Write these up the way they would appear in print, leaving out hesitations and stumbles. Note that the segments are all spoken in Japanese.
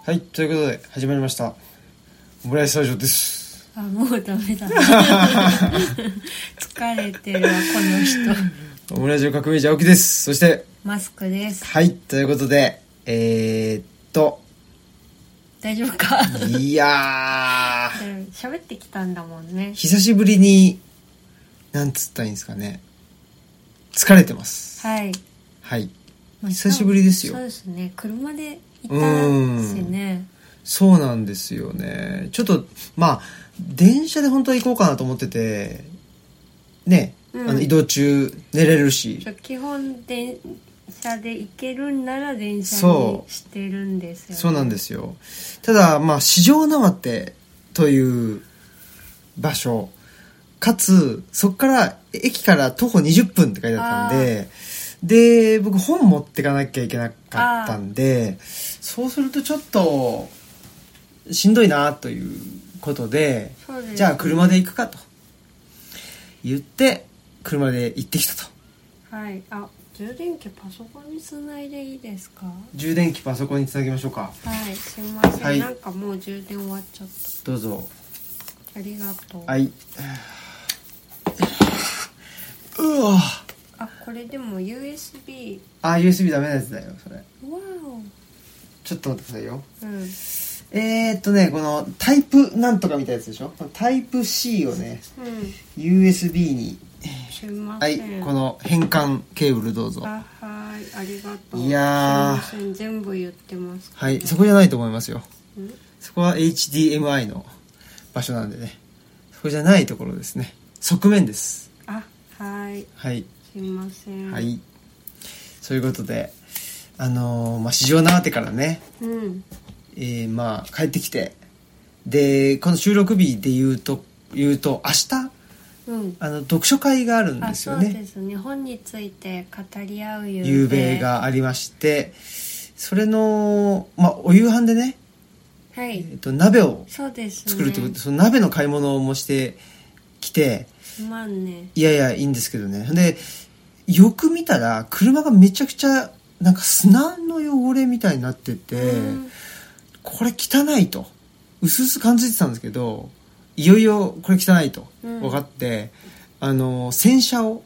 はい、ということで始まりましたオムライスラジオです。 あ、もうダメだ疲れてるわこの人。 オムライス革命児青木です。そしてマスクです。 はい、ということで大丈夫かいやー喋ってきたんだもんね。 久しぶりになんつったらいいんですかね、疲れてます。 はいはい、久しぶりですよ。 そうですね、車で行ったんですよね。 そうなんですよね。ちょっとまあ電車で本当は行こうかなと思っててね、移動中寝れるし、 基本電車で行けるんなら電車にしてるんですよね。 そうなんですよ。ただまあ四条畷という場所かつそこから駅から徒歩20分って書いてあったんで、僕本持ってかなきゃいけなかったんで、そうするとちょっとしんどいなということで、じゃあ車で行くかと言って車で行ってきたと。 はい。あ、充電器パソコンにつないでいいですか？ 充電器パソコンにつなぎましょうか。 はい、すいません、 はい、 なんかもう充電終わっちゃった。 どうぞ。 ありがとう。 はい。うわ、 あ、これでも USB。 USB ダメなやつだよそれ。 わお。 ちょっと待ってくださいよ。 うん。 このタイプなんとかみたいなやつでしょ。タイプ C をね、USB に、 すいまはせん。 い、この変換ケーブルどうぞ。 あ、はい、ありがとう。 いやー、 すいません、全部言ってます。 はい、そこじゃないと思いますよ。 ん？ そこは HDMI の場所なんでね、そこじゃないところですね。側面です。 あ、はい。 はい。 すいません。 はい。そういうことで、四条畷からね、まあ帰ってきて、でこの収録日で言うと明日、読書会があるんですよね。 そうですね、本について語り合う夕べがありまして、それの、お夕飯でね、 はい、 鍋をそうですね、 作るということで、その鍋の買い物もしてきて、 まあね、 いやいいんですけどね。でよく見たら車がめちゃくちゃなんか砂の汚れみたいになってて、これ汚いと薄々感じてたんですけど、いよいよこれ汚いと分かって、洗車を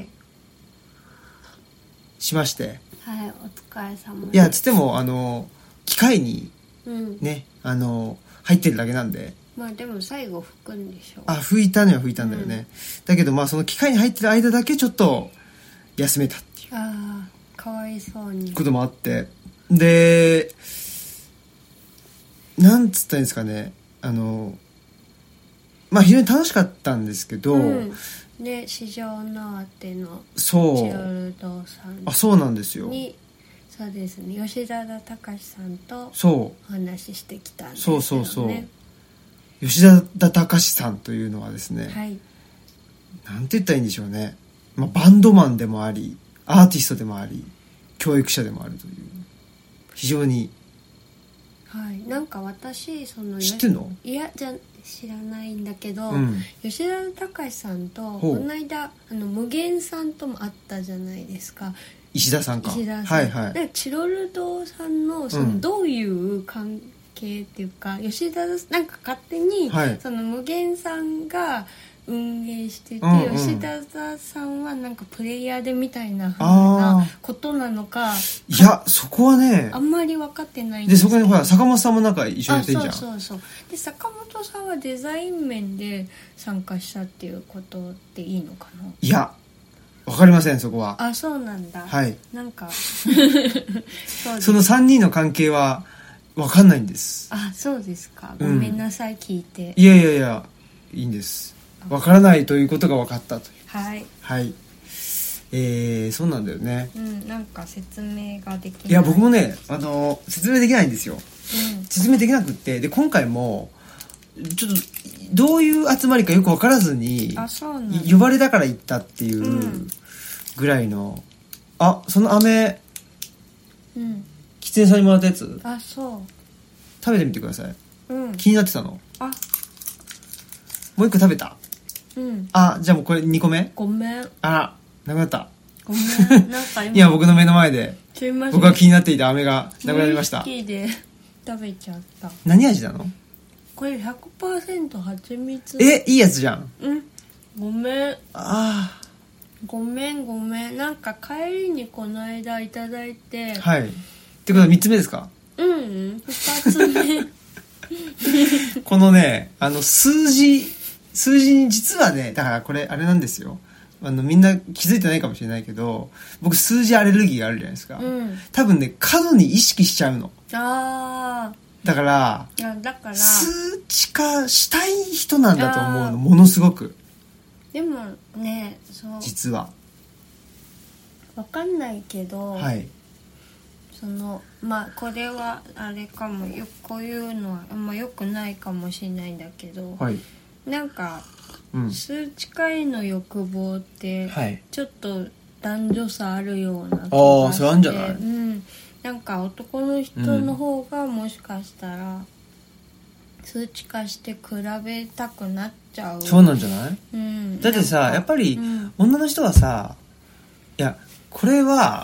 しまして、 はい、お疲れ様です。 いやつっても機械にね、入ってるだけなんで、 まあでも最後拭くんでしょ。 拭いたのは拭いたんだよね、だけどその機械に入ってる間だけちょっと休めたっていう、 かわいそうにこともあって、でなんつったらいいんですかね、非常に楽しかったんですけど、 で四条畷のチロル堂さんに、 そうなんですよ。 そうですね、吉田隆さんとお話ししてきたんですよね。 そう吉田隆さんというのはですね、なんて言ったらいいんでしょうね、バンドマンでもありアーティストでもあり教育者でもあるという、非常に、 なんか私知ってんの？ いや知らないんだけど、吉田隆さんとこの間無限さんとも会ったじゃないですか。 石田さんか。 でチロル堂さんのどういう関係っていうか、吉田なんか勝手に、無限さんが運営してて、吉田さんはなんかプレイヤーでみたいな風なことなのか、 いやそこはねあんまり分かってないんですけど。 でそこにほら坂本さんもなんか一緒にやってんじゃん。 そうで坂本さんはデザイン面で参加したっていうことでいいのかな。 いや分かりません、そこは。 そうなんだ。なんかその3人の関係は分かんないんです。 そうですか、ごめんなさい、聞いて。 いやいいんです、分からないということが分かったという。そうなんだよね。 なんか説明ができない。 いや僕もね説明できないんですよ、説明できなくって。で今回もちょっとどういう集まりかよく分からずに呼ばれたから行ったっていうぐらいの、その飴、キツネさんにもらったやつ、食べてみてください、気になってたの。もう一個食べた。じゃあもうこれ2個目。 ごめん、 なくなった。 ごめん、なんか今僕の目の前ですいません、 僕が気になっていた飴がなくなりました。 無意識で食べちゃった。 何味なの？ これ 100% 蜂蜜。 いいやつじゃん。 うん、ごめん。ごめん。なんか帰りにこの間いただいて。 はい。ってことは3つ目ですか？ 2つ目。 このね、数字に実はね、だからこれあれなんですよ。みんな気づいてないかもしれないけど、僕数字アレルギーがあるじゃないですか。多分ね、過度に意識しちゃうの。だから、数値化したい人なんだと思うの、ものすごく。 でもね、そう。 実は。 わかんないけど、 はい。 これはあれかもよ、こういうのはあんま良くないかもしれないんだけど、 はい、 なんか、数値化への欲望ってちょっと男女差あるような気がして、 それあるんじゃない？ なんか男の人の方がもしかしたら数値化して比べたくなっちゃう。 そうなんじゃない？だってさ、やっぱり女の人はさ、いやこれは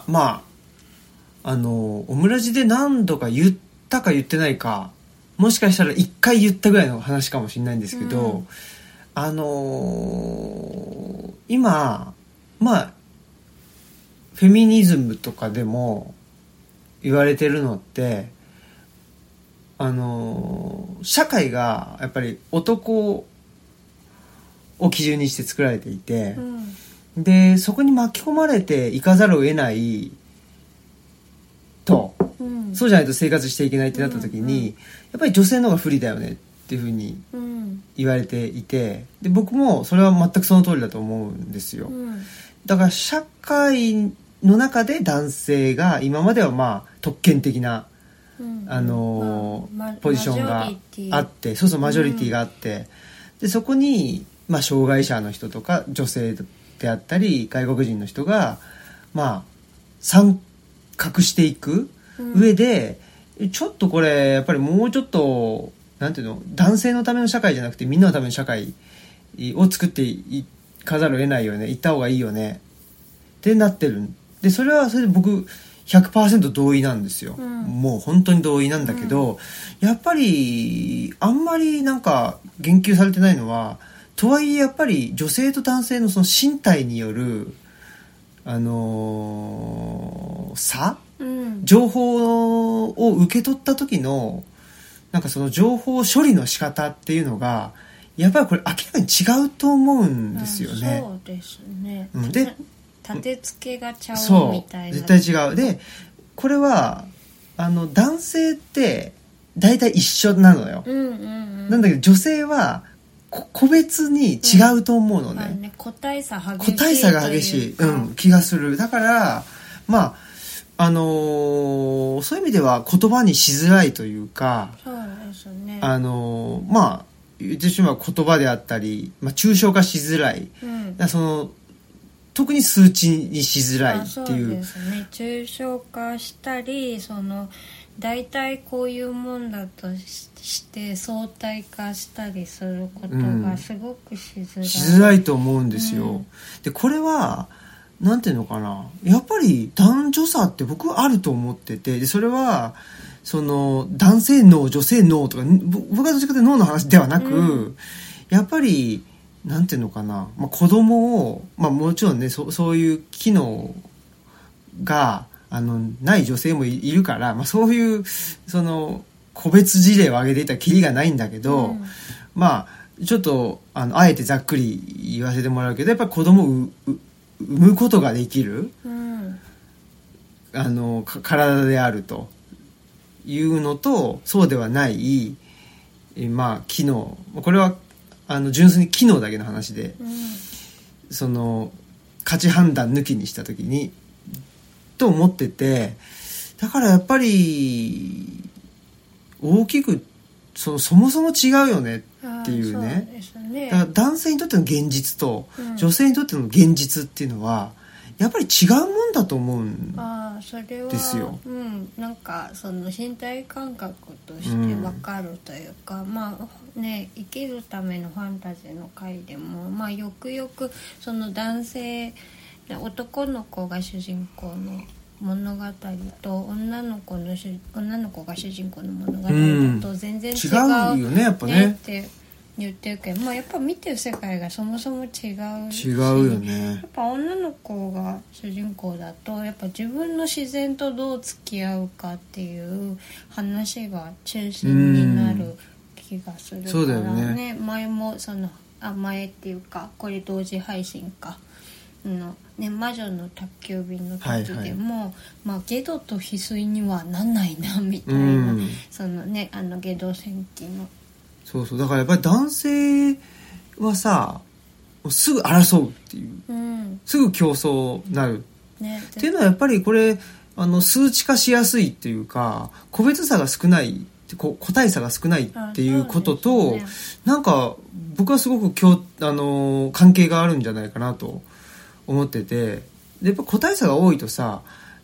オムラジで何度か言ったか言ってないか、もしかしたら1回言ったぐらいの話かもしれないんですけど、今フェミニズムとかでも言われてるのって、社会がやっぱり男を基準にして作られていて、でそこに巻き込まれていかざるを得ないと、そうじゃないと生活していけないってなった時に、やっぱり女性の方が不利だよねっていうふうに言われていて、で僕もそれは全くその通りだと思うんですよ。だから社会の中で男性が今までは特権的な、ポジションがあって、マジョリティがあって、でそこに障害者の人とか女性であったり外国人の人が参画していく上で、ちょっとこれやっぱりもうちょっとなんていうの、男性のための社会じゃなくてみんなのための社会を作っていかざるを得ないよね、行った方がいいよねってなってる。でそれはそれで僕 100% 同意なんですよ、もう本当に同意なんだけど、やっぱりあんまりなんか言及されてないのは、とはいえやっぱり女性と男性のその身体による差、情報を受け取った時のなんかその情報処理の仕方っていうのがやっぱりこれ明らかに違うと思うんですよね。 そうですね。 で立て付けがちゃうみたいな。 そう絶対違う。でこれは男性って大体一緒なのよ、なんだけど女性は個別に違うと思うのね。 個体差が激しい、気がする。だからそういう意味では言葉にしづらいというか、 そうですね。 言ってしまう言葉であったり、抽象化しづらい、特に数値にしづらいっていう。そうですね。抽象化したり、大体こういうもんだとして相対化したりすることがすごくしづらいと思うんですよ、でこれはなんていうのかな、やっぱり男女差って僕はあると思ってて、でそれは男性脳女性脳とか、僕はどっちかというと脳の話ではなく、やっぱりなんていうのかな、子供を、もちろんねそういう機能がない女性もいるから、そういう個別事例を挙げていたらキリがないんだけど、ちょっとあえてざっくり言わせてもらうけど、やっぱり子供を産むことができる、体であるというのと、そうではない機能、これは純粋に機能だけの話で、価値判断抜きにした時にと思ってて、だからやっぱり大きくそもそも違うよねっていうね。 そうですね。 だから男性にとっての現実と、女性にとっての現実っていうのはやっぱり違うもんだと思うんですよ。 なんか身体感覚として分かるというか、生きるためのファンタジーの回でも、よくよく男性男の子が主人公の物語と女の子が主人公の物語だと全然違うよね、やっぱねって言ってるけど、まあ、やっぱ見てる世界がそもそも違うし、 違うよね。 やっぱ女の子が主人公だとやっぱ自分の自然とどう付き合うかっていう話が中心になる気がするから、 そうだよね。 前も前っていうかこれ同時配信かの、ね、魔女の宅急便の時でも、まあ、ゲドと翡翠にはなんないなみたいな、そのねゲド戦記のそうだからやっぱり男性はさすぐ争うっていう、すぐ競争になる、ね、っていうのはやっぱりこれ数値化しやすいっていうか個別差が少ない個体差が少ないっていうことと、ね、なんか僕はすごく関係があるんじゃないかなと思ってて、でやっぱ個体差が多いとさ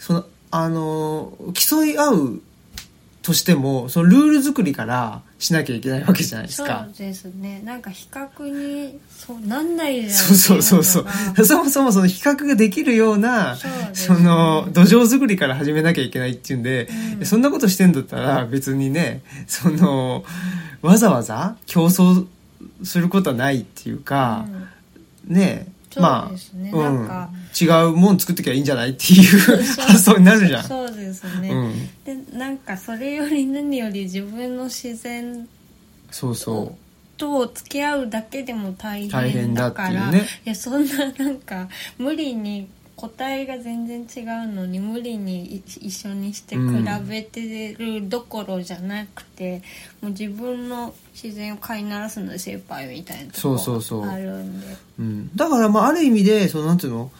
競い合うとしてもそのルール作りからしなきゃいけないわけじゃないですか。 そうですね。なんか比較になんないじゃん。 そうそもそもその比較ができるようなその土壌作りから始めなきゃいけないっていうんで、そんなことしてんだったら別にねわざわざ競争することはないっていうか、ねそうですね、なんか違うもん作ってきゃいいんじゃないっていう発想になるじゃん。 そうですね、でなんかそれより何より自分の自然と付き合うだけでも大変だから、いやそんななんか無理に個体が全然違うのに無理に一緒にして比べてるどころじゃなくて、もう自分の自然を飼いならすので精一杯みたいなところがあるんで、 だからまあある意味でなんていうの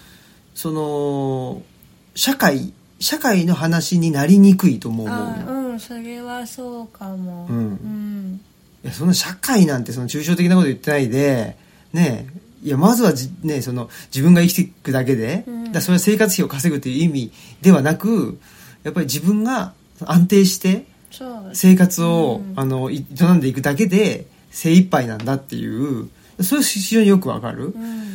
社会の話になりにくいと思う。 それはそうかも。 いやその社会なんて抽象的なこと言ってないでねいやまずはね自分が生きていくだけで、だそれは生活費を稼ぐという意味ではなく、やっぱり自分が安定して生活を、営んでいくだけで精一杯なんだっていう、それ非常によくわかる。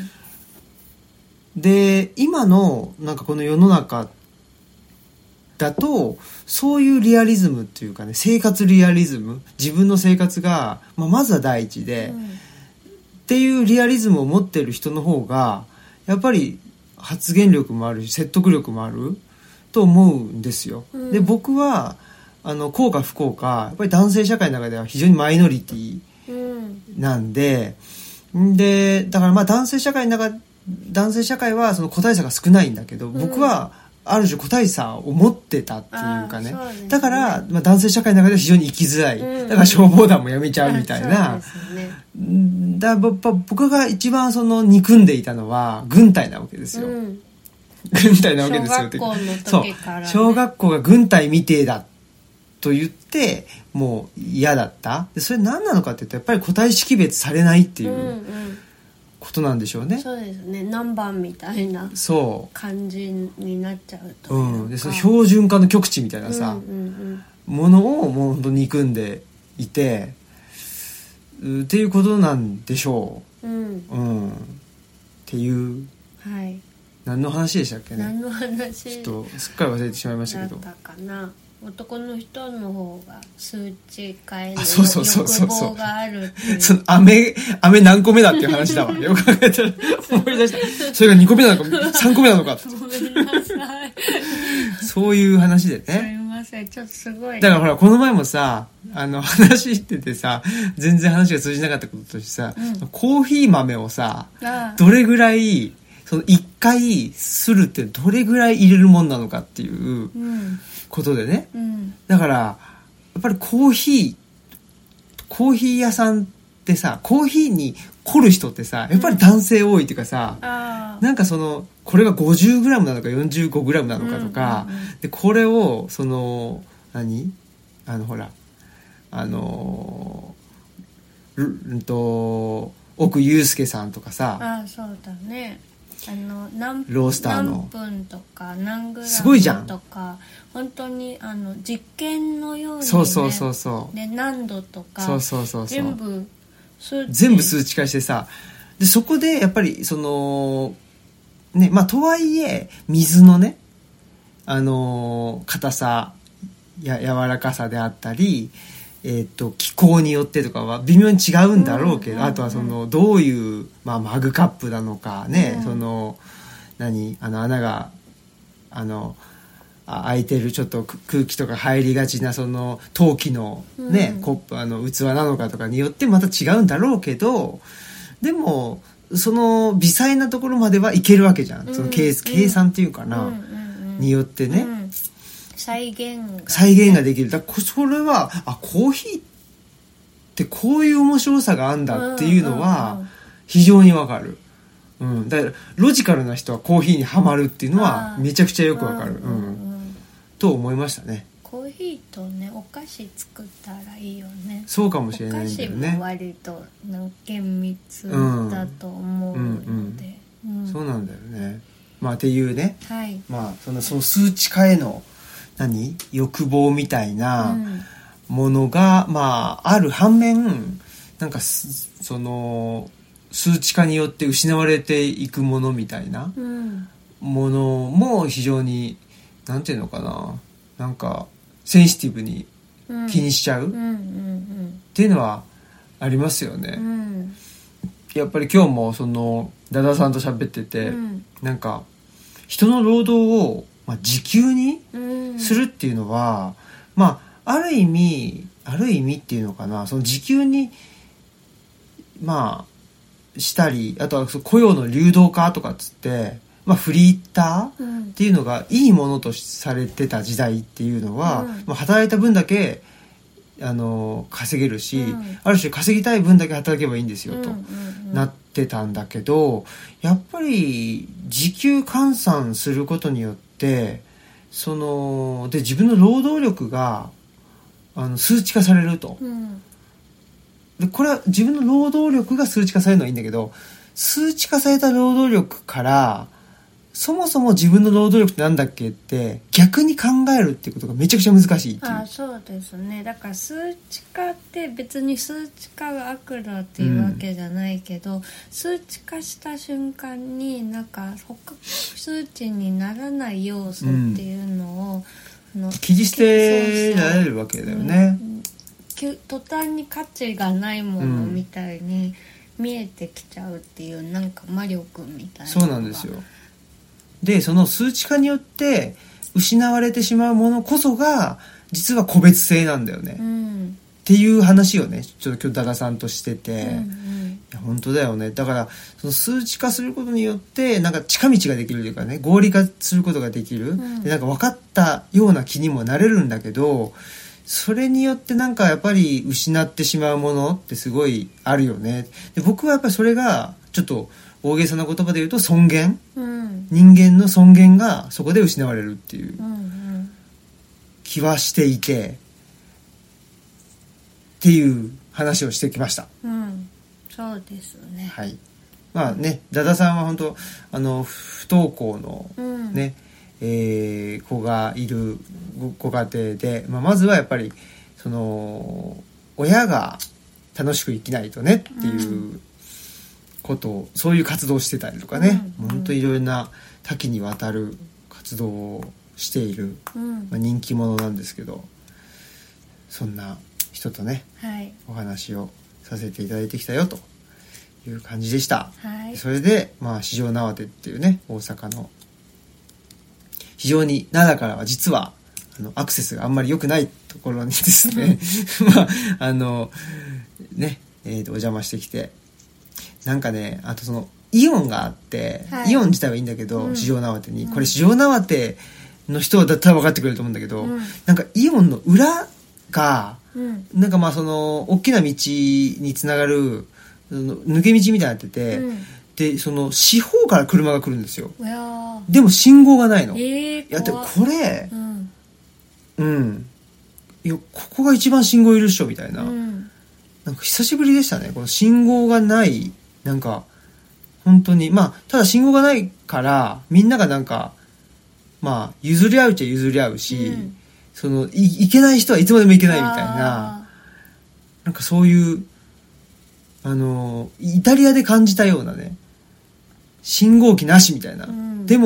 で今のなんかこの世の中だとそういうリアリズムっていうかね、生活リアリズム、自分の生活が、まずは第一で、っていうリアリズムを持ってる人の方がやっぱり発言力もあるし説得力もあると思うんですよ。で僕は幸か不幸かやっぱり男性社会の中では非常にマイノリティなんで、だからまあ男性社会はその個体差が少ないんだけど、僕はある種個体差を持ってたっていうかね、だから、男性社会の中では非常に生きづらい、だから消防団もやめちゃうみたいな、だから僕が一番憎んでいたのは軍隊なわけですよ、軍隊なわけですよ。 小学校の時から、ね、 小学校が軍隊みてえだと言ってもう嫌だった。でそれ何なのかって言うとやっぱり個体識別されないっていうことなんでしょうね。 そうですね、何番みたいな感じになっちゃうというか、 でその標準化の極致みたいなさ、ものをもう本当に憎んでいてっていうことなんでしょう。っていう、何の話でしたっけね。 何の話ちょっとすっかり忘れてしまいましたけど。 だったかな。男の人の方が数値変えの欲望があるっていう。 その飴何個目だっていう話だわ。よく考えたら思い出した。それが2個目なのか3個目なのか。 ごめんなさい。 そういう話でね。 すいません、ちょっとすごい。 だからほらこの前もさ話しててさ、全然話が通じなかったこととしてさ、コーヒー豆をさどれぐらい1回するってどれぐらい入れるもんなのかっていうことでね、だからやっぱりコーヒー屋さんってさ、コーヒーに凝る人ってさやっぱり男性多いっていうかさ、なんかこれが 50g なのか 45g なのかとか、でこれをほら奥祐介さんとかさ、 そうだね、 ロースターの何分とか何グラすごいじゃんとか本当に実験のようにね、で何度とか全部数値化してさ、でそこでやっぱりとはいえ水のね硬さ柔らかさであったり、気候によってとかは微妙に違うんだろうけど、あとはそのどういう、マグカップなのかね、その穴が開いてるちょっと空気とか入りがちなその陶器のね、コップ器なのかとかによってまた違うんだろうけど、でもその微細なところまではいけるわけじゃん、その計算っていうかな、によってね、 再現ができる。だからそれはコーヒーってこういう面白さがあんだっていうのは非常にわかる。だからロジカルな人はコーヒーにはまるっていうのはめちゃくちゃよくわかる、と思いましたね。 コーヒーとねお菓子作ったらいいよね。 そうかもしれないんだよね。 お菓子も割と厳密だと思うので、 そうなんだよね。っていうね、 はい、 その数値化への欲望みたいなものが、ある反面その数値化によって失われていくものみたいなものも非常になんていうのかな、センシティブに気にしちゃうっていうのはありますよね。やっぱり今日もそのダダさんと喋ってて、人の労働を時給にするっていうのは、ある意味っていうのかな、その時給にしたり、あとは雇用の流動化とかっつって、フリーターっていうのがいいものとされてた時代っていうのは、働いた分だけ稼げるし、ある種稼ぎたい分だけ働けばいいんですよとなってたんだけど、やっぱり時給換算することによってで自分の労働力が数値化されると、でこれは自分の労働力が数値化されるのはいいんだけど、数値化された労働力からそもそも自分の労働力ってなんだっけって逆に考えるっていうことがめちゃくちゃ難しいっていう。 そうですね。だから数値化って別に数値化が悪だっていうわけじゃないけど、数値化した瞬間に数値にならない要素っていうのを、 切り捨てられるわけだよね。 途端に価値がないものみたいに見えてきちゃうっていう魔力みたいな。 そうなんですよ。でその数値化によって失われてしまうものこそが実は個別性なんだよね、っていう話をねちょっと今日ダダさんとしてて、いや本当だよね。だからその数値化することによって近道ができるというかね、合理化することができる、で分かったような気にもなれるんだけど、それによってやっぱり失ってしまうものってすごいあるよね。で僕はやっぱりそれがちょっと大げさな言葉で言うと尊厳、人間の尊厳がそこで失われるっていう気はしていて、っていう話をしてきました。 そうですね。 はい。ダダさんは本当不登校のね、子がいるご家庭で、まずはやっぱりその親が楽しく生きないとねっていうことを、そういう活動をしてたりとかね、本当いろいろな多岐にわたる活動をしている、人気者なんですけど、そんな人とね、お話をさせていただいてきたよという感じでした、それで四条畷っていうね、大阪の非常に奈良からは実はアクセスがあんまり良くないところにですねお邪魔してきて、あとそのイオンがあって、イオン自体はいいんだけど、四条畷に、これ四条畷の人だったら分かってくれると思うんだけど、イオンの裏が、その大きな道につながる抜け道みたいになってて、でその四方から車が来るんですよ。でも信号がないの。いやでこれ、いやここが一番信号いるっしょみたいな、久しぶりでしたね、この信号がない。本当にただ信号がないからみんなが譲り合うっちゃ譲り合うし、そのいけない人はいつまでもいけないみたいな、そういうイタリアで感じたようなね、信号機なしみたいな、でも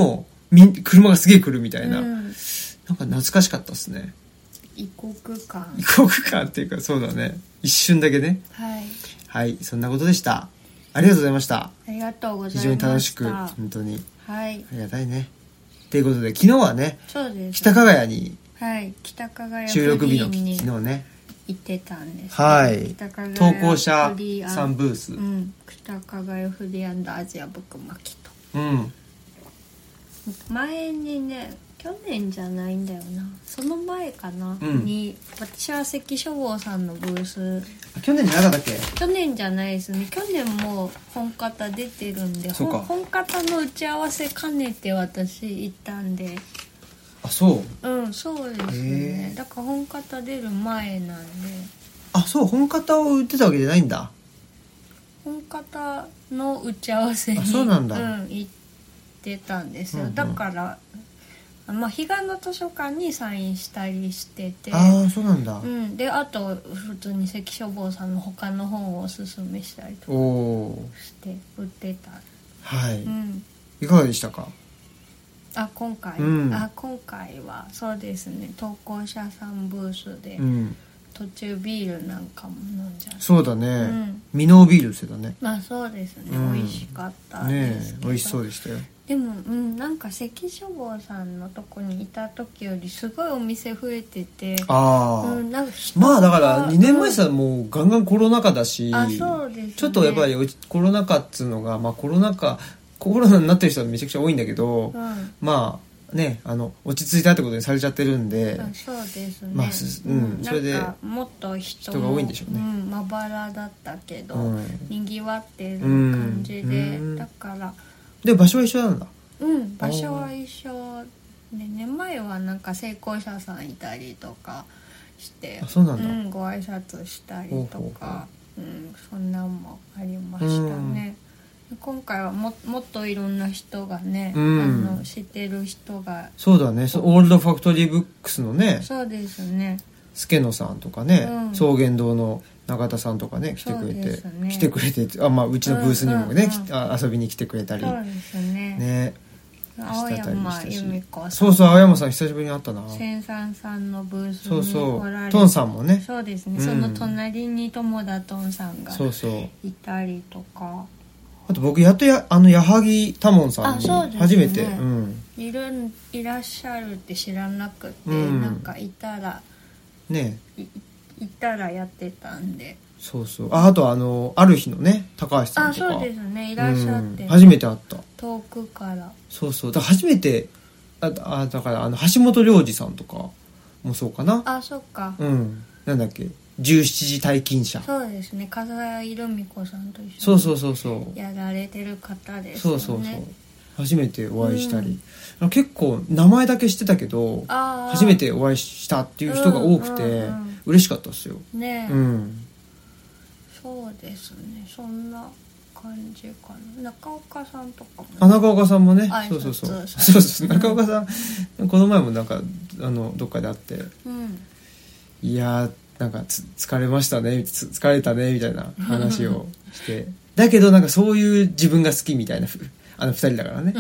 車がすげえ来るみたいな、 うん、 なんか懐かしかったですね。 異国感っていうか、そうだね、一瞬だけね。 はいはい、そんなことでした。ありがとうございました。 ありがとうございました。 非常に楽しく、本当に、 はい、 ありがたいね。ということで、昨日はね、 そうです、 北加賀谷に、 はい、北加賀谷収録日の昨日ね行ってたんです、ね、 はい、投稿者さんブース、 うん、北加賀谷フリー&アジアブックマキと、 うん、 前にね、去年じゃないんだよな、その前かな、 うん、 に私は関書房さんのブース、 去年じゃなかったっけ？ 去年じゃないですね、去年も本方出てるんで、本方の打ち合わせ兼ねて私行ったんで。 あ、そう。 うん、そうですね。だから本方出る前なんで。 あ、そう、本方を売ってたわけじゃないんだ。 本方の打ち合わせに、 そうなんだ、 うん、行ってたんですよ、うんうん、だからまあ、彼岸の図書館にサインしたりしてて、 ああ、そうなんだ、 うん、であと普通に関書房さんの他の本をおすすめしたりとかして売ってた。 はい、 うん、 いかがでしたか？ 今回、うん、今回はそうですね、投稿者さんブースで、うん、途中ビールなんかも飲んじゃって。 そうだね、ミノービールしてたね。 まあそうですね、美味しかったですけど、 美味しそうでしたよ。 でも、なんか関書房さんのとこにいた時よりすごいお店増えてて、なんかまあだから2年前さ、もうガンガンコロナ禍だし、 そうですね、 ちょっとやっぱりコロナ禍っつうのが、まあコロナになってる人はめちゃくちゃ多いんだけど、まあね、落ち着いたってことにされちゃってるんで、 そうですね、 まあそれでもっと人が多いんでしょうね、 まばらだったけど、にぎわってる感じで、だからで場所は一緒なんだ。 場所は一緒でね、前はなんか成功者さんいたりとかして、 そうなんだ、 ご挨拶したりとか、そんなんもありましたね。今回は もっといろんな人がね、知ってる人が。そうだね、 オールドファクトリーブックスのね、 そうですね、 助野さんとかね、草原堂の永田さんとかね、来てくれて、まあうちのブースにもね、遊びに来てくれたり、 そうですね、青山由美子さん、 そうそう、青山さん久しぶりに会ったな。 千三さんのブースに来られて、 トンさんもね、 そうですね、その隣に友田トンさんがいたりとか、 あと僕やっと矢作多聞さんに初めて、 いらっしゃるって知らなくて、なんかいたらやってたんで、 そうそう、あとある日のね高橋さんとか、 そうですね、いらっしゃって、 初めて会った、 遠くから、 そうそう、だから初めてだから橋本良二さんとかもそうかな、 そっか、 なんだっけ、17時退勤者、 そうですね、笠井留美子さんと一緒にそうやられてる方ですよね。 そう初めてお会いしたり、結構名前だけ知ってたけど初めてお会いしたっていう人が多くて、嬉しかったですよね。そうですね、そんな感じかな。中岡さんとかも、中岡さんもね、そう中岡さん、この前もなんかどっかで会って、いやなんか疲れましたね、疲れたねみたいな話をしてだけどなんかそういう自分が好きみたいな2人だからね、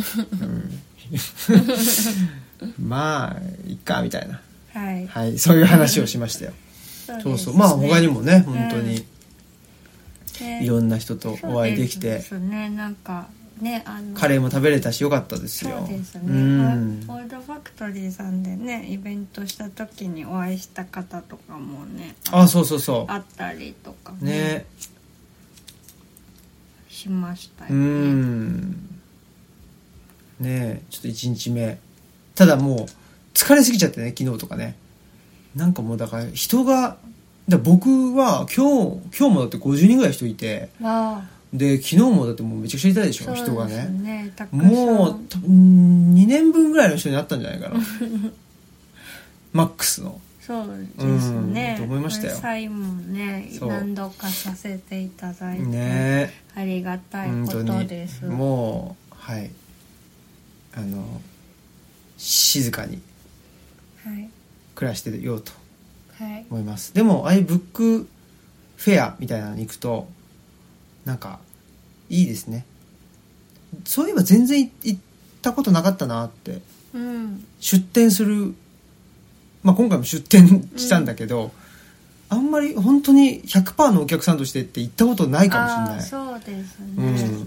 まあいっかみたいな、はい、そういう話をしましたよ。そう、まあ他にもね、本当にいろんな人とお会いできて、なんかね、カレーも食べれたしよかったですよ。そうですね、オールドファクトリーさんでねイベントした時にお会いした方とかもね、そうあったりとかねしましたよね。ね、ちょっと1日目ただもう疲れすぎちゃってね、昨日とかね、なんかもうだから人が僕は今日もだって50人ぐらい人いて、で昨日もだってもうめちゃくちゃいたでしょ、人がね、もう多分2年分ぐらいの人に会ったんじゃないかなマックスの。そうですね、と思いましたよ。サインもね何度かさせていただいて、ね、ありがたいことです。もうはい静かに暮らしてようと思います、でもああいうブックフェアみたいなのに行くとなんかいいですね。そういえば全然行ったことなかったなって、 うん、 出店する、まあ、今回も出店したんだけど、あんまり本当に 100% のお客さんとしてって行ったことないかもしれない。 そうですね、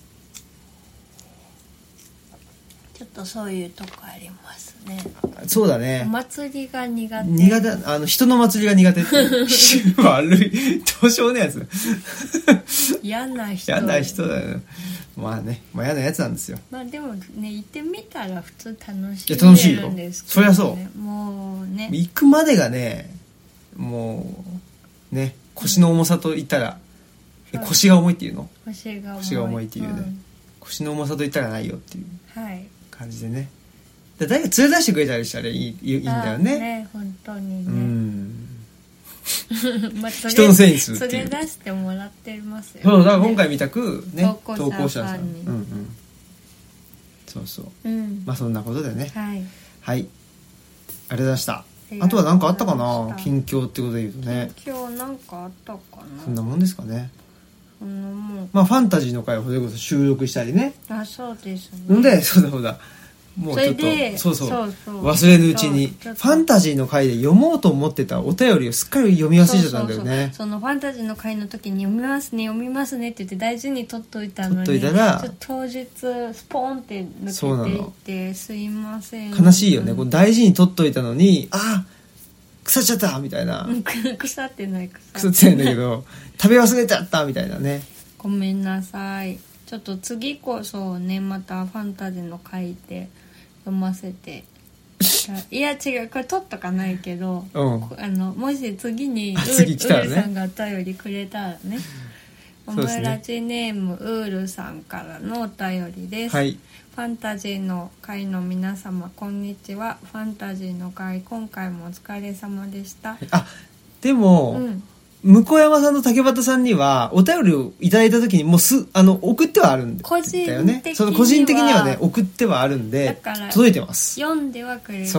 ちょっとそういうとこありますね。 そうだね。 お祭りが苦手。 人の祭りが苦手って悪いどうしようもないやつ嫌な人だよね。まあね、まあ、嫌なやつなんですよ。 まあでもね、行ってみたら普通楽しい。 楽しいよ。そりゃそう。 もうね、 行くまでがね、もうね、腰の重さと言ったら、腰が重いっていうの？腰が重いっていうね、腰の重さと言ったらないよっていう感じでね。誰か連れ出してくれたりしたらいいんだよね。 ね、本当にね。まあ、 人のせいにするっていう。 連れ出してもらってますよね。 そうだから今回見たくね、投稿者さんに、そうそう、まあそんなことでね、はい、ありがとうございました。あとは何かあったかな、近況ってことで言うとね。 近況なんかあったかな。 そんなもんですかね。 もうまあファンタジーの回をそれこそ収録したりね。 そうですね。 でそうだもうちょっと忘れぬうちにファンタジーの回で読もうと思ってたお便りをすっかり読み忘れちゃったんだよね。 そのファンタジーの回の時に読みますねって言って大事に取っといたのに、ちょっと当日スポーンって抜けていってすいません。 悲しいよね。こう大事に取っといたのに腐っちゃったみたいな。 腐ってないんだけど食べ忘れちゃったみたいなね。 ごめんなさい。ちょっと次こそね、またファンタジーの回で読ませていや違う、これ取っとかないけど、もし次にウールさんがお便りくれたらね、オムラジネームウールさんからのお便りです、はい、ファンタジーの会の皆様こんにちは。ファンタジーの会今回もお疲れ様でした。 でも、向山さんと竹俣さんにはお便りをいただいた時にもう送ってはあるんだよね。個人的にはね送ってはあるんで届いてます。 読んではくれる、ね、 そう。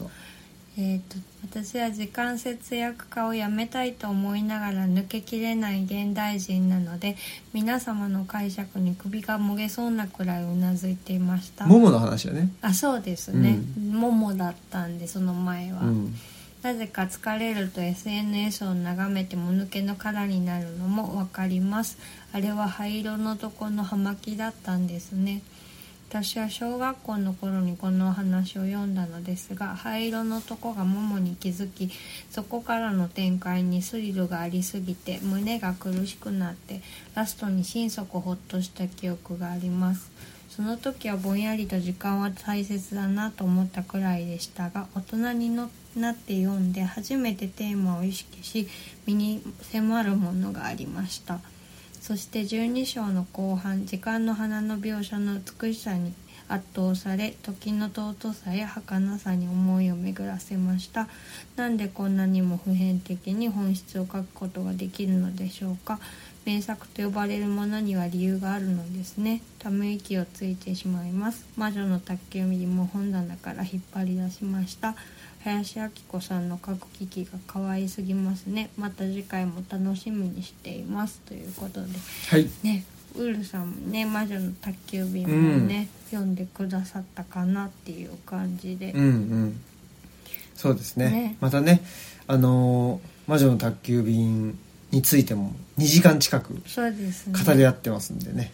私は時間節約化をやめたいと思いながら抜けきれない現代人なので、皆様の解釈に首がもげそうなくらいうなずいていました。 モモの話だね。 そうですね、モモだったんでその前は、なぜか疲れると SNS を眺めてもぬけの殻になるのもわかります。あれは灰色のとこの葉巻だったんですね。私は小学校の頃にこのお話を読んだのですが、灰色のとこがももに気づき、そこからの展開にスリルがありすぎて胸が苦しくなってラストに心底ほっとした記憶があります。その時はぼんやりと時間は大切だなと思ったくらいでしたが、大人になって読んで初めてテーマを意識し身に迫るものがありました。そして12章の後半、時間の花の描写の美しさに圧倒され、時の尊さや儚さに思いを巡らせました。なんでこんなにも普遍的に本質を書くことができるのでしょうか。名作と呼ばれるものには理由があるのですね。ため息をついてしまいます。魔女の宅急便も本棚から引っ張り出しました。林明子さんの書く機器が可愛すぎますね。また次回も楽しみにしていますということで、ね、ウールさんもね、魔女の宅急便もね、読んでくださったかなっていう感じで、 そうですね。またね、魔女の宅急便についても2時間近く語り合ってますんでね。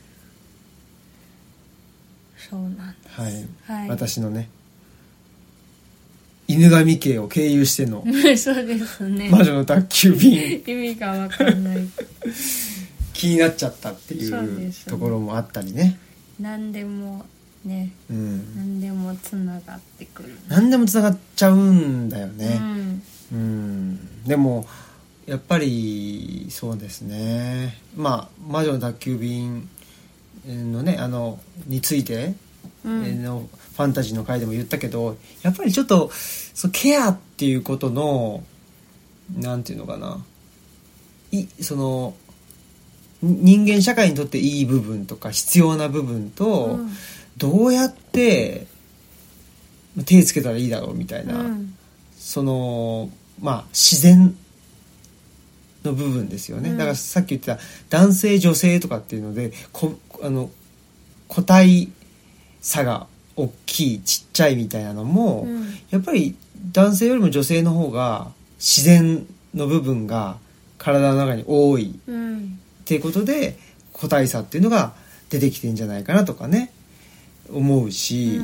そうなんです、はい、 私のね犬神家を経由してのそうですね、 魔女の宅急便意味が分かんない気になっちゃったっていうところもあったりね。 何でもね、何でもつながってくる、 何でもつながっちゃうんだよね。でもやっぱりそうですね、魔女の宅急便のねについてのファンタジーの回でも言ったけど、やっぱりちょっとケアっていうことのなんていうのかな、人間社会にとっていい部分とか必要な部分と、どうやって手つけたらいいだろうみたいな、自然の部分ですよね。だからさっき言ってた男性女性とかっていうので個体差が大きいちっちゃいみたいなのも、やっぱり男性よりも女性の方が自然の部分が体の中に多い、っていうことで個体差っていうのが出てきてんじゃないかなとかね思うし、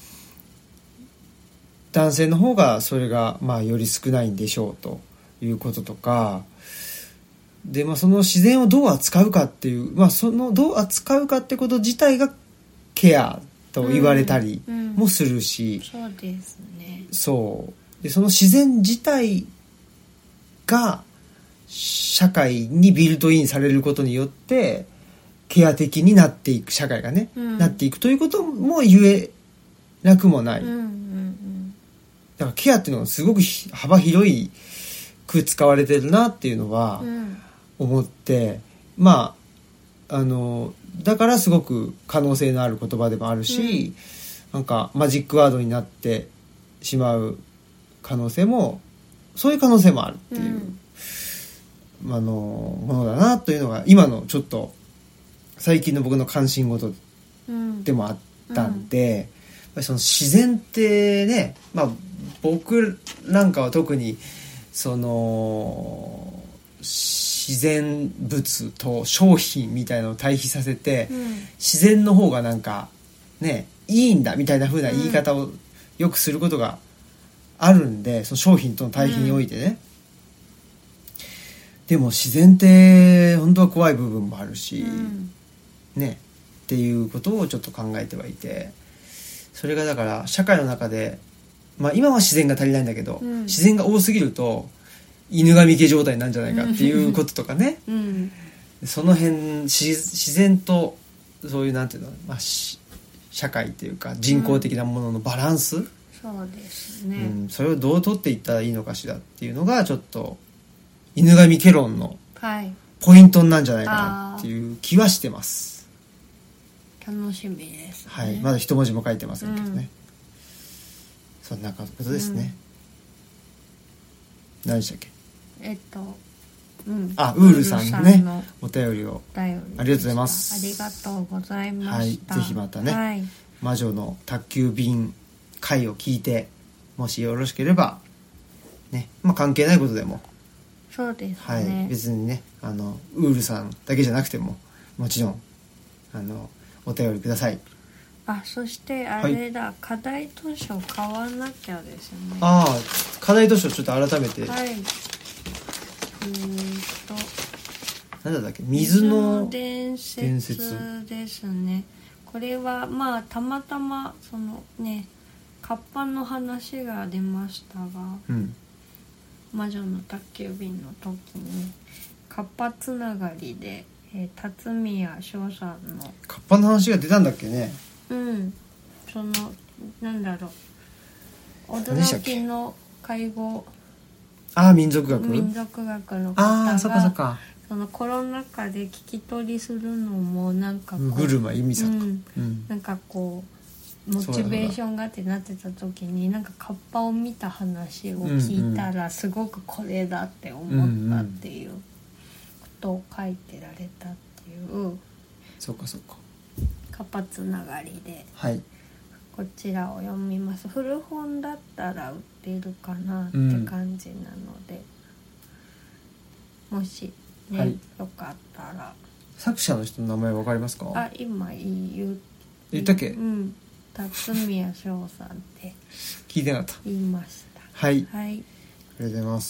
男性の方がそれがより少ないんでしょうということとかで、その自然をどう扱うかっていう、そのどう扱うかってこと自体がケアと言われたりもするし、 そうですね。 そうで、その自然自体が社会にビルトインされることによってケア的になっていく社会がね、なっていくということも言えなくもない、だからケアっていうのがすごく幅広く使われてるなっていうのは思って、だからすごく可能性のある言葉でもあるし、なんかマジックワードになってしまう可能性も、そういう可能性もあるっていう、ものだなというのが今のちょっと最近の僕の関心事でもあったんで、その自然ってね、僕なんかは特にその自然物と商品みたいなのを対比させて、自然の方がなんかねいいんだみたいな風な言い方をよくすることがあるんで、その商品との対比においてね、でも自然って本当は怖い部分もあるし、ねっていうことをちょっと考えてはいて、それがだから社会の中で、今は自然が足りないんだけど、自然が多すぎると犬神家状態なんじゃないかっていうこととかね、その辺自然とそういうなんていうの、社会っていうか人工的なもののバランス、 そうですね、 それをどう取っていったらいいのかしらっていうのがちょっと犬神家論のポイントなんじゃないかなっていう気はしてます。 楽しみですね。 まだ一文字も書いてませんけどね、そんなことですね。何でしたっけ。ウールさんのねお便りをありがとうございます。 ありがとうございました。 ぜひまたね、魔女の宅急便回を聞いて、もしよろしければね、関係ないことでもそうですね、 別にねウールさんだけじゃなくてももちろんお便りください。 そしてあれだ、課題図書買わなきゃですね。 課題図書ちょっと改めて、何だっけ、水の伝説ですね。これはたまたまそのねカッパの話が出ましたが、魔女の宅急便の時にカッパつながりで、辰宮翔さんのカッパの話が出たんだっけね。 そのなんだろう、驚きの介護民族学の方がそのコロナ禍で聞き取りするのもなんか車由美さん、 なんかモチベーションがってなってた時に、なんかカッパを見た話を聞いたらすごくこれだって思ったっていうことを書いてられたっていう、 そうかカッパつながりで、こちらを読みます。古本だったら売ってるかなって感じなので、もしね、よかったら。 作者の人の名前わかりますか。 今言ったっけ。 辰宮翔さんって聞いてなかった。 言いました。 ありがとうございます。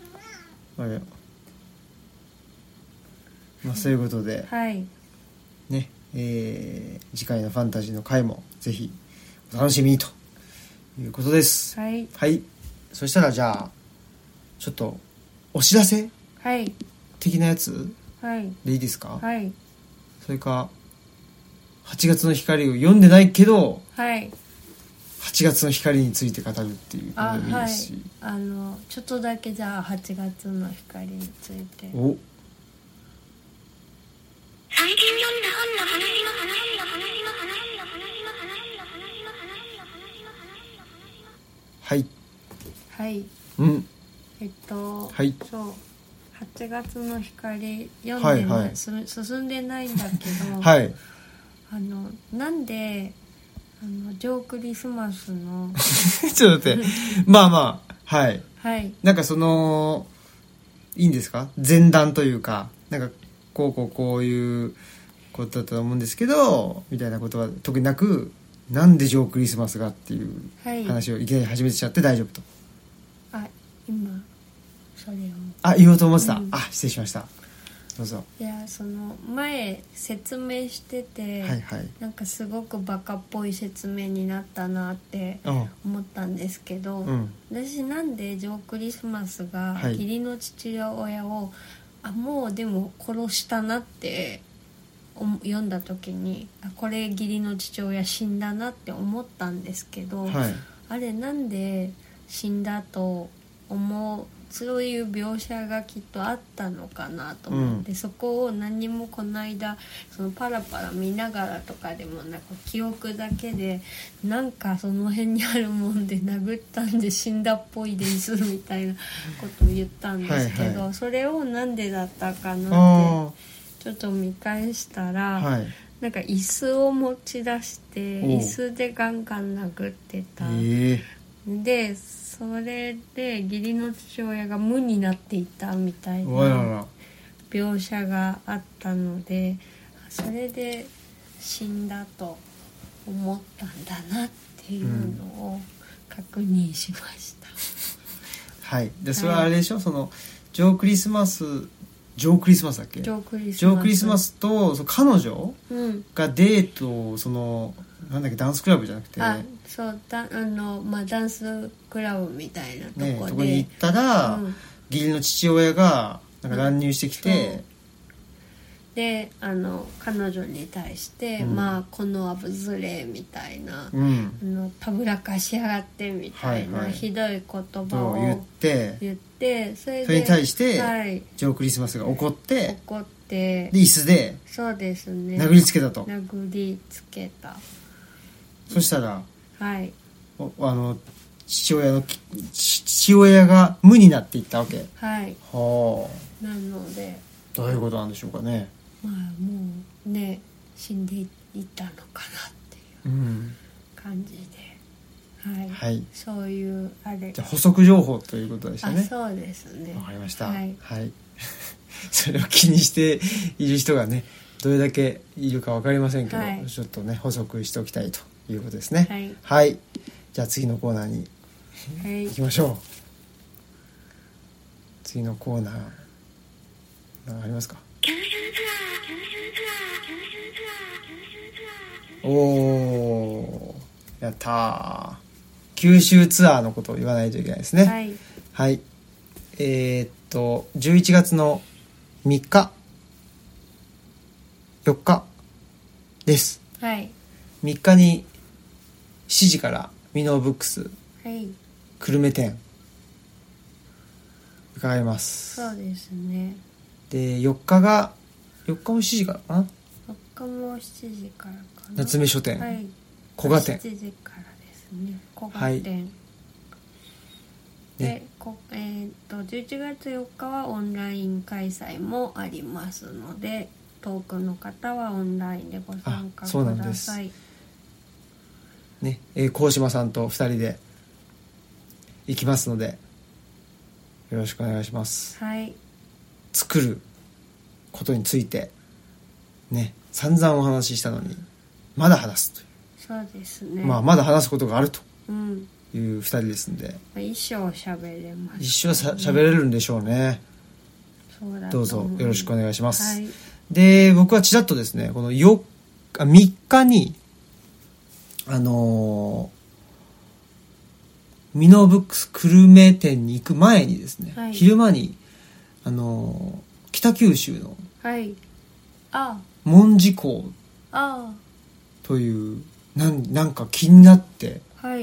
そういうことで、ね、次回のファンタジーの回もぜひお楽しみにということです。そしたらじゃあちょっとお知らせ的なやつでいいですか。それか8月の光を読んでないけど、8月の光について語るっていうのでもいいですし、 ちょっとだけじゃあ8月の光について。 最近読んだ本の話そう8月の光読んでない、進んでないんだけど、 なんでジョークリスマスのちょっと待ってまあまあはい、 はい、 なんかいいんですか、前段というか、なんかこういうことだと思うんですけどみたいなことは特になく、なんでジョークリスマスがっていう話をいきなり始めてちゃって大丈夫と。 今それを言おうと思ってた、失礼しました、どうぞ。 いや、前説明してて、 はいはい、 なんかすごくバカっぽい説明になったなって思ったんですけど、私なんでジョークリスマスが義理の父親を、もうでも殺したなって読んだ時に、これ義理の父親死んだなって思ったんですけど、あれなんで死んだと思う、そういう描写がきっとあったのかなと思って、そこを何もこの間パラパラ見ながらとかでもなんか記憶だけでなんかその辺にあるもんで殴ったんで死んだっぽいですみたいなことを言ったんですけど、それをなんでだったかなってちょっと見返したら、なんか椅子を持ち出して椅子でガンガン殴ってた、でそれで義理の父親が無になっていたみたいな描写があったので、それで死んだと思ったんだなっていうのを確認しました、 でそれはあれでしょ、ジョークリスマスだっけ、ジョークリスマスと彼女がデートをなんだっけ、ダンスクラブじゃなくて、 ダンスクラブみたいなとこで、 そこに行ったら、義理の父親がなんか乱入してきて、 で彼女に対して、このアブズレみたいな、たぶらかしやがってみたいな、ひどい言葉を言ってそれに対して、ジョークリスマスが怒ってで椅子でそうですね、 殴りつけたと。 殴りつけた。 そしたら、父親が無になっていったわけ。 なのでどういうことなんでしょうかね。 もうね死んでいったのかなっていう感じで、そういうあれじゃあ補足情報ということでしたね。 そうですね、 わかりました。それを気にしている人がねどれだけいるか分かりませんけど、ちょっとね補足しておきたいということですね。じゃあ次のコーナーに行きましょう。次のコーナー何かありますか。やったー、九州ツアーのことを言わないといけないですね。11月の3日4日です。3日に7時からミノーブックス、久留米店伺います。 そうですね。 で4日も7時からかな。 4日も7時からかな。 夏目書店、古賀店 7時からですね。古賀店、で11月4日はオンライン開催もありますので、遠くの方はオンラインでご参加ください。そうなんですね。 高島さんと2人で行きますのでよろしくお願いします。作ることについてね散々お話ししたのにまだ話すという。 そうですね。 まだ話すことがあるという2人ですんで、 一生喋れます、 一生喋れるんでしょうね。どうぞよろしくお願いします。で僕はちらっとですねこの3日にミノーブックス久留米店に行く前にですね、昼間に北九州の門司港というなんか気になって、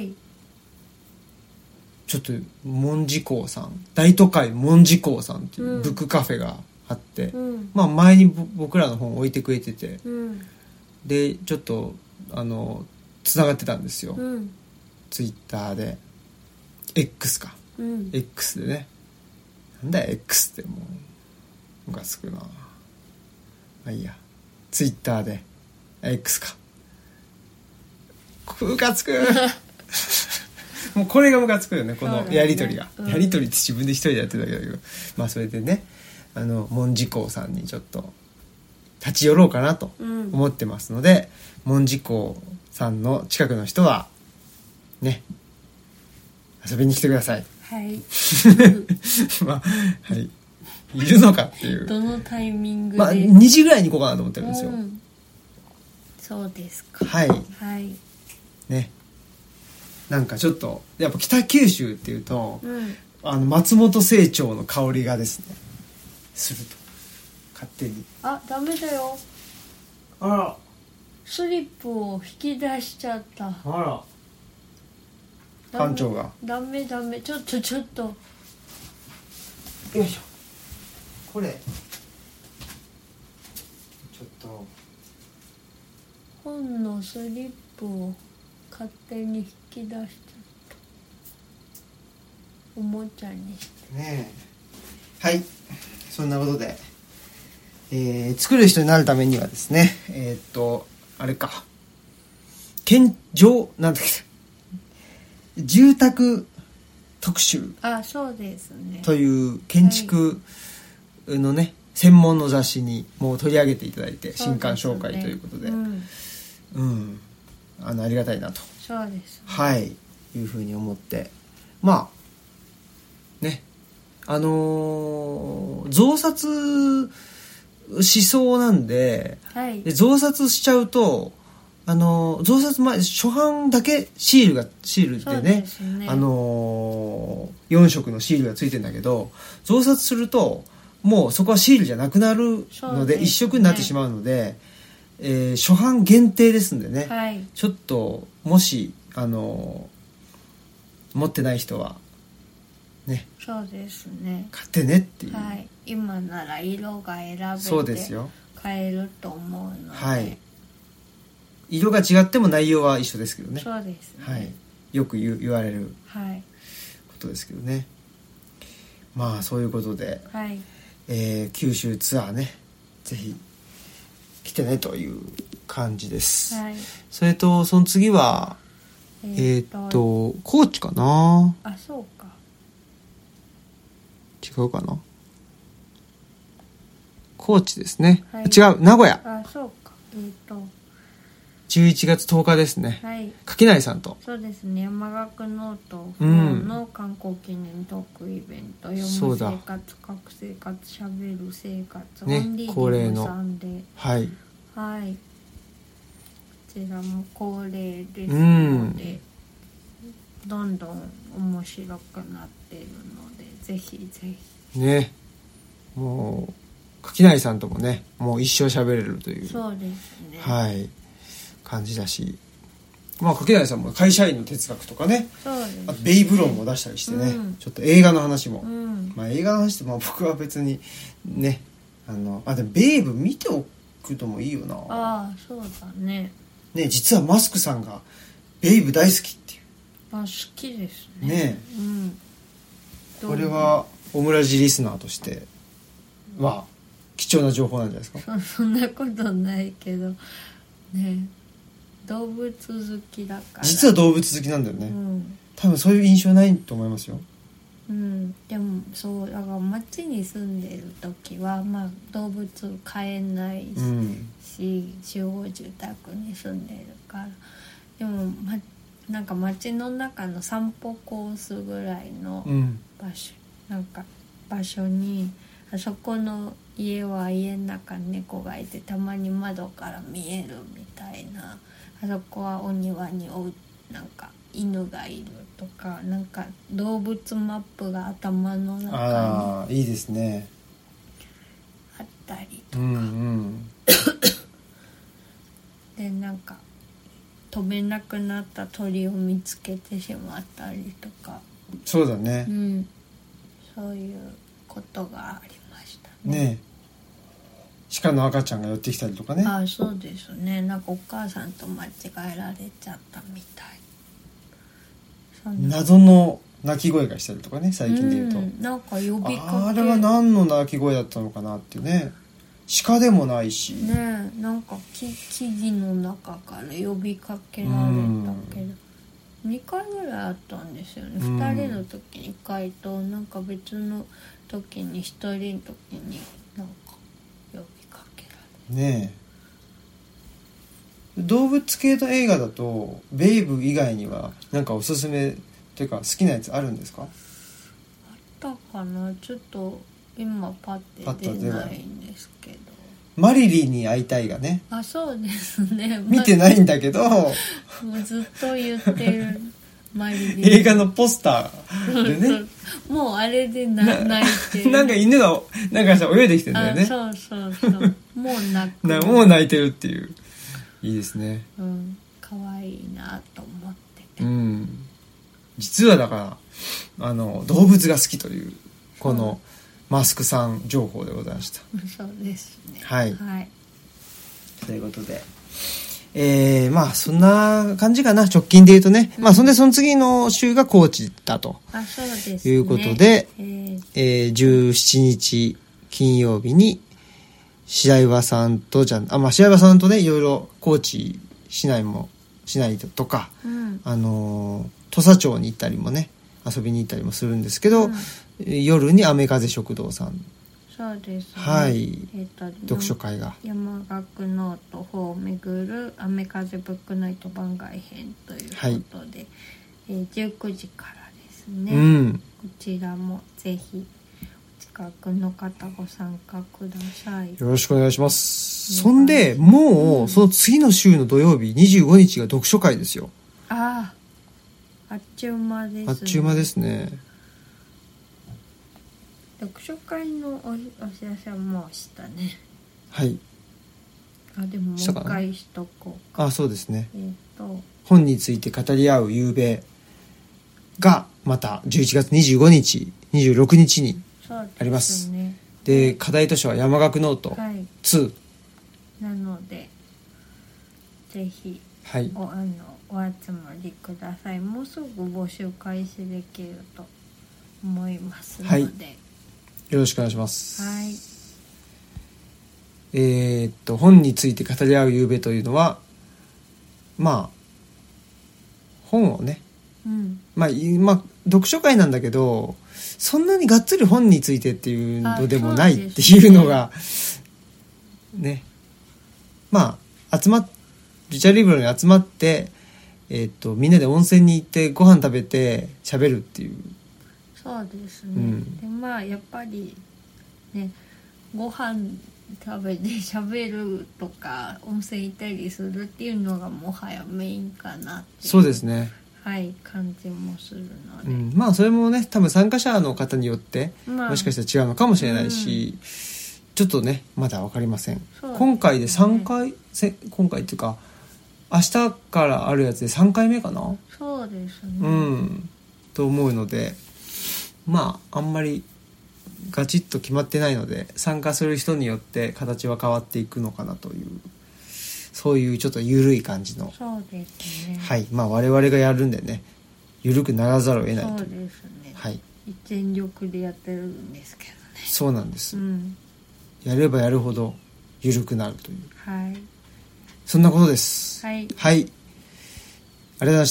ちょっと門司港さん、大都会門司港さんっていうブックカフェがあって、前に僕らの本置いてくれてて、でちょっとつながってたんですよ、ツイッターで X か、X でね、なんだよ X ってもうムカつくな。いいや、ツイッターで X か。ムカつくもうこれがムカつくよね、このやりとりが、ね、やりとりって自分で一人でやってるだけだけど、まあそれでね、門司港さんにちょっと立ち寄ろうかなと思ってますので、門司港さんの近くの人はね、遊びに来てください。 はいまあ、はい、いるのかっていう、 どのタイミングで、 まあ、2時ぐらいに行こうかなと思ってるんですよ、 そうですか。 はい、 はい、 ね、なんかちょっとやっぱ北九州っていうと、松本清張の香りがですねすると勝手に。 あ、ダメだよ。 あら、 スリップを引き出しちゃった。 あら、館長がダメちょっとよいしょ、これちょっと本のスリップを勝手に引き出しちゃった。おもちゃにしてねえ。はい、そんなことで、作る人になるためにはですね、あれか、なんだっけ、住宅特集、 そうですね、 という建築のね、専門の雑誌にもう取り上げていただいて、新刊紹介ということで、ありがたいなと、 そうです、ね、 はい、いうふうに思って、まあね、増刷しそうなんで、で増刷しちゃうと、増刷前初版だけシールでね、4色のシールがついてるんだけど、増刷するともうそこはシールじゃなくなるので、1色になってしまうので、初版限定ですんでね、ちょっともし持ってない人はね、 そうですね、 買ってねっていう、 今なら色が選べてそうですよ、 買えると思うので、 色が違っても内容は一緒ですけどね。 そうですね、 よく言われることですけどね。まあそういうことで、九州ツアーね、ぜひ来てねという感じです。それとその次は高知かな。 そうか、 違うかな、高知ですね、違う、名古屋。 そうか、 11月10日ですね、垣内さんと。 そうですね、山岳ノートの観光記念トークイベント、読む生活、書く生活、しゃべる生活、 ね、恒例の、こちらも恒例ですので、どんどん面白くなっているので、ぜひぜひね、もう垣内さんともね、もう一生喋れるという、 そうですね、 感じだし、まあ垣内さんも会社員の哲学とかね、あとベイブ論も出したりしてね、ちょっと映画の話も、まあ映画の話って、僕は別にね、でもベイブ見ておくのもいいよな。 そうだね。 実はマスクさんがベイブ大好きっていう。 好きですね。 これはオムラジリスナーとしては貴重な情報なんじゃないですか。 そんなことないけどね、動物好きだから。 実は動物好きなんだよね、多分そういう印象ないと思いますよ。 でもそうだから、町に住んでる時は、動物飼えないし、集合住宅に住んでるから、でも、なんか町の中の散歩コースぐらいの場所に、あそこの家は家の中に猫がいて、たまに窓から見えるみたいな、あそこはお庭になんか犬がいるとか、なんか動物マップが頭の中にいいですね、 あったりとか、でなんか飛べなくなった鳥を見つけてしまったりとか、 そうだね、 そういうことがありましたね。鹿の赤ちゃんが寄ってきたりとかね。 そうですね、なんかお母さんと間違えられちゃったみたい。 謎の鳴き声がしたりとかね、最近で言うと、 なんか呼びかけ、 あれは何の鳴き声だったのかなっていうね。 鹿でもないしねえ、なんか木々の中から呼びかけられたけど、2回ぐらいあったんですよね。2人の時に1回と、なんか別の時に1人の時になんか呼びかけられる。 ねえ、動物系の映画だとベイブ以外にはなんかおすすめというか好きなやつあるんですか？ あったかな、ちょっと今パッて出ないんですけど。 マリリンに会いたいがね。 あ、そうですね。 見てないんだけどもうずっと言ってるマリリン。 映画のポスターでねもうあれで泣いてる。 なんか犬がなんかさ泳いできてんだよね。 そうそうそう。もう泣く。 もう泣いてるっていう。いいですね。 うん、可愛いなと思ってて。 うん。実はだから動物が好きというこのマスクさん情報でございました。 そうですね。 はい。 はい。 ということで、まあそんな感じかな、直近で言うとね。まあその次の週が高知だと。 そうですね。 いうことで、17日金曜日に白岩さんと白岩さんとね、いろいろ高知市内とか、土佐町に行ったりもね、遊びに行ったりもするんですけど、夜に雨風食堂さん、 そうですね、 はい、読書会が山岳ノート法をめぐる雨風ブックナイト番外編ということで、19時からですね、こちらもぜひお近くの方ご参加ください。 よろしくお願いします。そんでもう、その次の週の土曜日25日が読書会ですよ。 あっちゅう間ですね。 あっちゅう間ですね。 読書会のお知らせはもうしたね。 はい。 でももう一回しとこうか。 そうですね。本について語り合う夕べがまた11月25日26日にあります。で、課題図書は山岳ノート2、 なのでぜひ、お集まりください。もうすぐ募集開始できると思いますので、 よろしくお願いします。 はい。 本について語り合う夕べというのは、まあ本をね、まあ読書会なんだけど、そんなにがっつり本についてっていうのでもないっていうのがね、まあルチャリブロに集まって、みんなで温泉に行ってご飯食べて喋るっていう。 そうですね、でまあやっぱりね、ご飯食べて喋るとか温泉行ったりするっていうのがもはやメインかなっていう、 そうですね、 感じもするので、 まあそれもね、多分参加者の方によって、もしかしたら違うのかもしれないし、ちょっとねまだ分かりません。今回で3回今回っていうか明日からあるやつで3回目かな。 そうですね、 と思うので、まああんまりガチッと決まってないので、参加する人によって形は変わっていくのかなという、そういうちょっと緩い感じの。 そうですね、 まあ我々がやるんでね、緩くならざるを得ないという。 そうですね、全力でやってるんですけどね。 そうなんです、やればやるほど緩くなるという、そんなことです。ありがとうございました。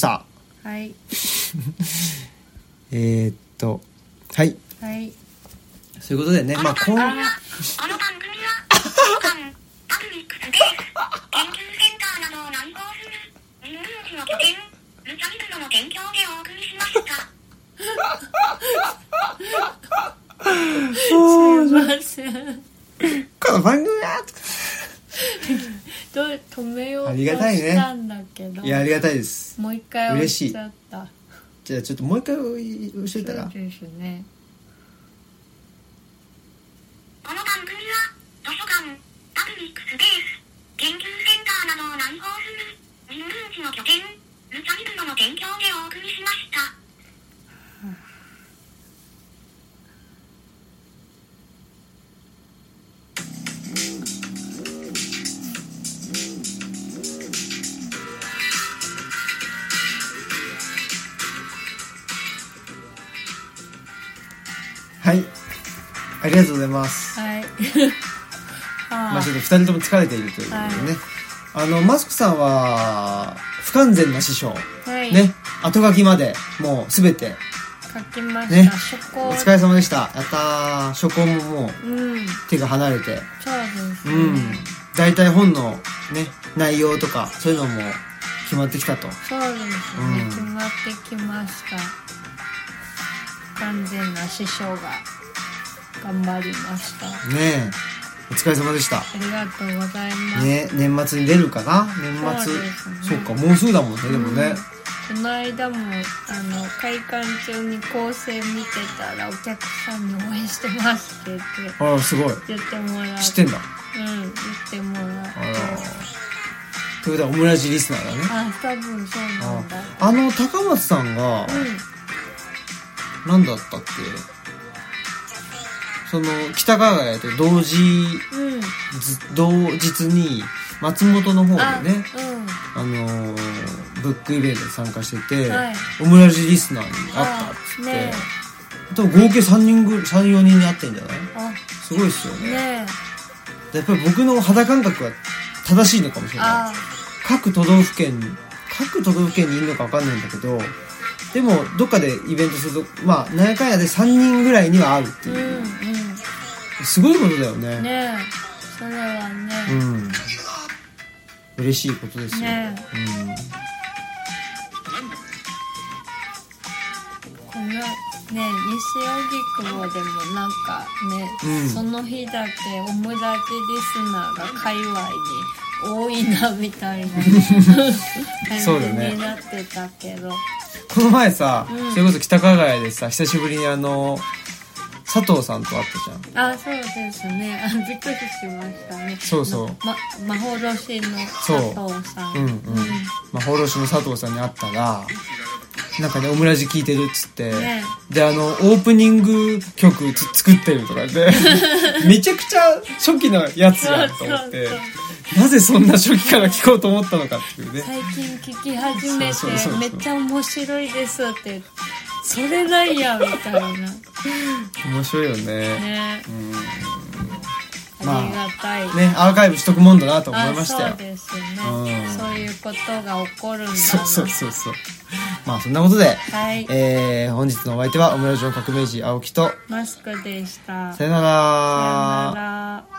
そういうことでね、まあこの番組は図書館、パブリックスペース、研究センターなどを内包するニュールージの拠点、ルチャリブロの提供でお送りしました。 すいません。 この番組は止めようとしたんだけど、 いやありがたいです。 もう一回押しちゃった。 じゃあちょっともう一回押しといたら。 そうですね。 この番組は図書館、パブリックスペース、研究センターなどを内包するニュールージの拠点、ルチャリブロの提供でお送りしました。 はい、ありがとうございます。 はい。 まあちょっと2人とも疲れているということでね、マスクさんは不完全な師匠、ね、後書きまでもう全て書きました、ね、初稿お疲れ様でした。やったー。初稿ももう手が離れて、 そうですね、 大体本のね内容とかそういうのも決まってきたと。 そうですね、決まってきました。完全な師匠が頑張りましたねえ。お疲れ様でした。 ありがとうございます。 ね、年末に出るかな。年末 そうか、もうすぐだもんね。でもね、 この間も開館中に構成見てたらお客さんに応援してますって言って、 あらすごい言ってもらって、 知ってんだ。 言ってもらって、 ということはオムラジリスナーだね。 多分そうなんだ。 高松さんが、何だったっけ、その北川谷と同日に松本の方でね、ブックイベントに参加してて、オムラジリスナーに会ったっつって、多分合計3、4人に会ってんじゃない？すごいっすよね。やっぱり僕の肌感覚は正しいのかもしれない。各都道府県にいるのか分かんないんだけど、でもどっかでイベントするとまあなんやかんやで3人ぐらいには会うっていう、すごいことだよね。 ねえ、それはね、 嬉しいことですよね。 このね、西荻窪でもなんかね、その日だけオムラジリスナーが界隈に多いなみたいな感じになってたけど、 この前さ、それこそ北川谷でさ、久しぶりに佐藤さんと会ったじゃん。 そうですね。びっくりしましたね。 そうそう。 幻の佐藤さん。 幻の佐藤さんに会ったら、なんかね、オムラジ聞いてるっつって、で、オープニング曲作ってるとかで、めちゃくちゃ初期のやつやんと思って、なぜそんな初期から聞こうと思ったのかっていうね。 最近聞き始めて、めっちゃ面白いですって、それなんや、みたいな。 面白いよね。 ありがたい。 ね、アーカイブしとくもんだなと思いましたよ。 そうですね。そういうことが起こるんだな。 そう。まあそんなことで、本日のお相手はオムラジオ革命児青木とマスクでした。 さよなら。